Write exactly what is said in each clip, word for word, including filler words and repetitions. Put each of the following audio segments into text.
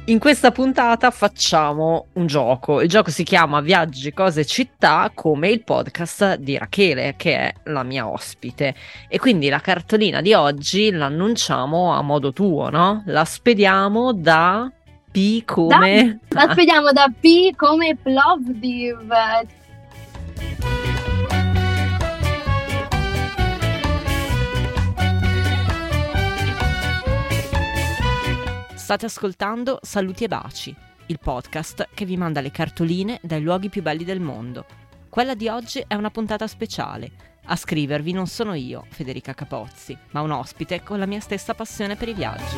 In questa puntata facciamo un gioco. Il gioco si chiama Viaggi, cose, città, come il podcast di Rachele, che è la mia ospite. E quindi la cartolina di oggi l'annunciamo a modo tuo, no? La spediamo da P come... Da, la spediamo da P come Plovdiv. State ascoltando Saluti e Baci, il podcast che vi manda le cartoline dai luoghi più belli del mondo. Quella di oggi è una puntata speciale. A scrivervi non sono io, Federica Capozzi, ma un ospite con la mia stessa passione per i viaggi.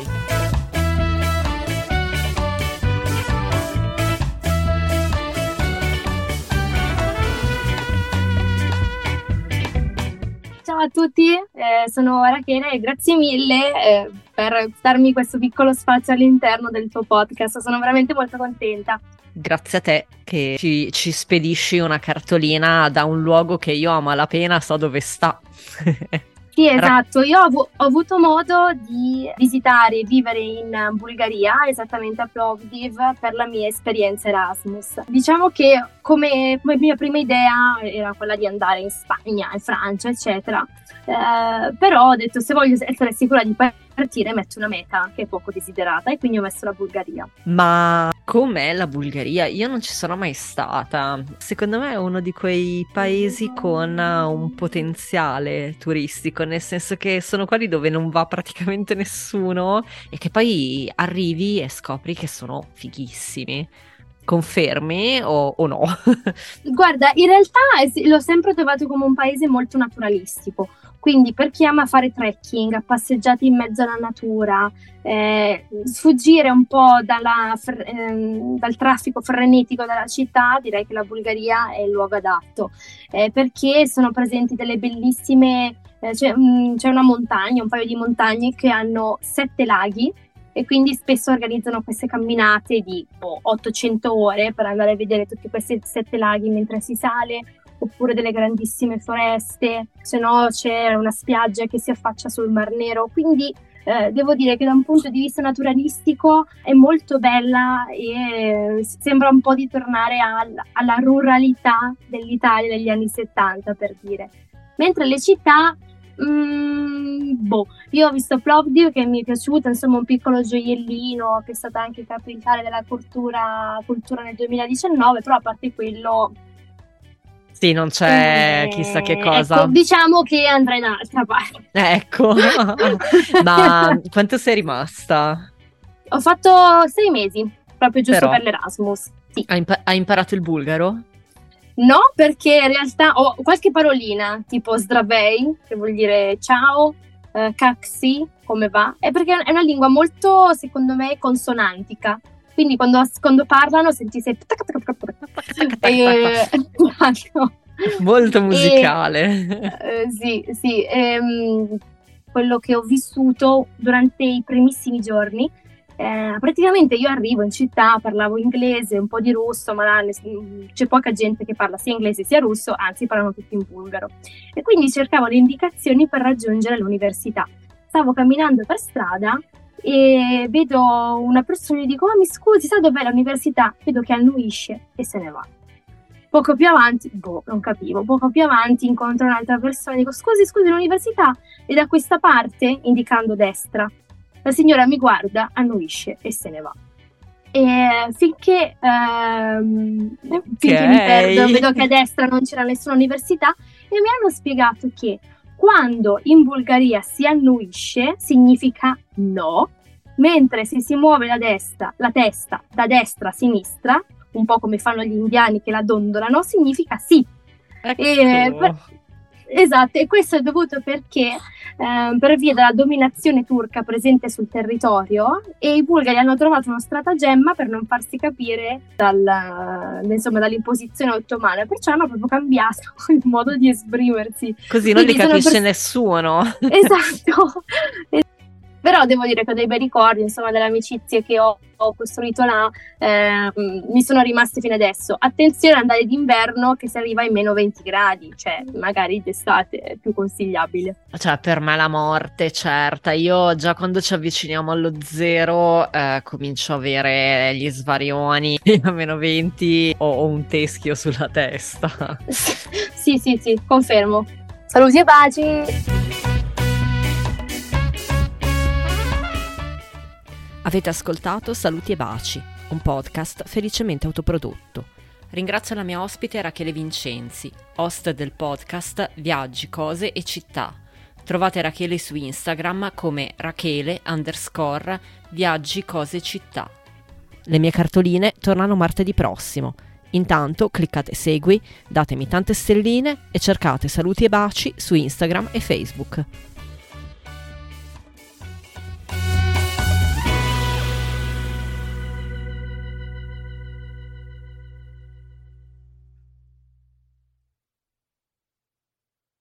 Ciao a tutti, eh, sono Rachele e grazie mille eh, per darmi questo piccolo spazio all'interno del tuo podcast, sono veramente molto contenta. Grazie a te che ci, ci spedisci una cartolina da un luogo che io a malapena so dove sta. Sì, esatto, io ho, avu- ho avuto modo di visitare e vivere in Bulgaria, esattamente a Plovdiv, per la mia esperienza Erasmus. Diciamo che come, come mia prima idea era quella di andare in Spagna, in Francia, eccetera. Eh, però ho detto, se voglio essere sicura di partire, metto una meta che è poco desiderata e quindi ho messo la Bulgaria. Ma com'è la Bulgaria? Io non ci sono mai stata. Secondo me è uno di quei paesi con un potenziale turistico, nel senso che sono quelli dove non va praticamente nessuno e che poi arrivi e scopri che sono fighissimi. Confermi o, o no? Guarda, in realtà l'ho sempre trovato come un paese molto naturalistico, quindi per chi ama fare trekking, passeggiate in mezzo alla natura, eh, sfuggire un po' dalla, eh, dal traffico frenetico della città, direi che la Bulgaria è il luogo adatto, eh, perché sono presenti delle bellissime, eh, c'è, mh, c'è una montagna, un paio di montagne che hanno sette laghi, e quindi spesso organizzano queste camminate di oh, ottocento ore per andare a vedere tutti questi sette laghi mentre si sale, oppure delle grandissime foreste, se no c'è una spiaggia che si affaccia sul Mar Nero, quindi eh, devo dire che da un punto di vista naturalistico è molto bella e sembra un po' di tornare al, alla ruralità dell'Italia degli anni settanta, per dire. Mentre le città Mm, boh, io ho visto Plovdiv che mi è piaciuta, insomma un piccolo gioiellino che è stata anche capitale della cultura, cultura nel duemiladiciannove, però a parte quello sì, non c'è eh, chissà che cosa. Ecco, diciamo che andrei da un'altra parte. Ecco, ma quanto sei rimasta? Ho fatto sei mesi, proprio giusto però, per l'Erasmus. Sì. Hai, impa- hai imparato il bulgaro? No, perché in realtà ho qualche parolina, tipo zdravei, che vuol dire ciao, eh, kaksi, come va? È perché è una lingua molto, secondo me, consonantica. Quindi quando, quando parlano senti se... e... molto musicale. E, eh, sì, sì. Ehm, quello che ho vissuto durante i primissimi giorni, Eh, praticamente io arrivo in città, parlavo inglese, un po' di russo, ma c'è poca gente che parla sia inglese sia russo, anzi parlano tutti in bulgaro, e quindi cercavo le indicazioni per raggiungere l'università. Stavo camminando per strada e vedo una persona e dico: oh, mi scusi, sa dov'è l'università? Vedo che annuisce e se ne va. Poco più avanti, boh, non capivo, poco più avanti incontro un'altra persona e dico: scusi, scusi, l'università è da questa parte, indicando destra. La signora mi guarda, annuisce e se ne va. E finché, ehm, okay. finché mi perdo, vedo che a destra non c'era nessuna università e mi hanno spiegato che quando in Bulgaria si annuisce significa no, mentre se si muove la, destra, la testa da destra a sinistra, un po' come fanno gli indiani che la dondolano, significa sì. Ecco. E, per, Esatto, e questo è dovuto perché eh, per via della dominazione turca presente sul territorio, e i bulgari hanno trovato uno stratagemma per non farsi capire dal, insomma, dall'imposizione ottomana, perciò hanno proprio cambiato il modo di esprimersi. Così non Quindi li capisce pers- nessuno. Esatto. Però devo dire che ho dei bei ricordi, insomma, delle amicizie che ho, ho costruito là, eh, mi sono rimaste fino adesso. Attenzione ad andare d'inverno che si arriva ai meno venti gradi, cioè magari d'estate è più consigliabile. Cioè, per me la morte, certa. Io già quando ci avviciniamo allo zero eh, comincio a avere gli svarioni a meno venti o, o un teschio sulla testa. Sì, sì, sì, confermo. Saluti e baci! Avete ascoltato Saluti e Baci, un podcast felicemente autoprodotto. Ringrazio la mia ospite Rachele Vincenzi, host del podcast Viaggi, Cose e Città. Trovate Rachele su Instagram come Rachele underscore Viaggi, Cose, Città. Le mie cartoline tornano martedì prossimo. Intanto cliccate segui, datemi tante stelline e cercate Saluti e Baci su Instagram e Facebook.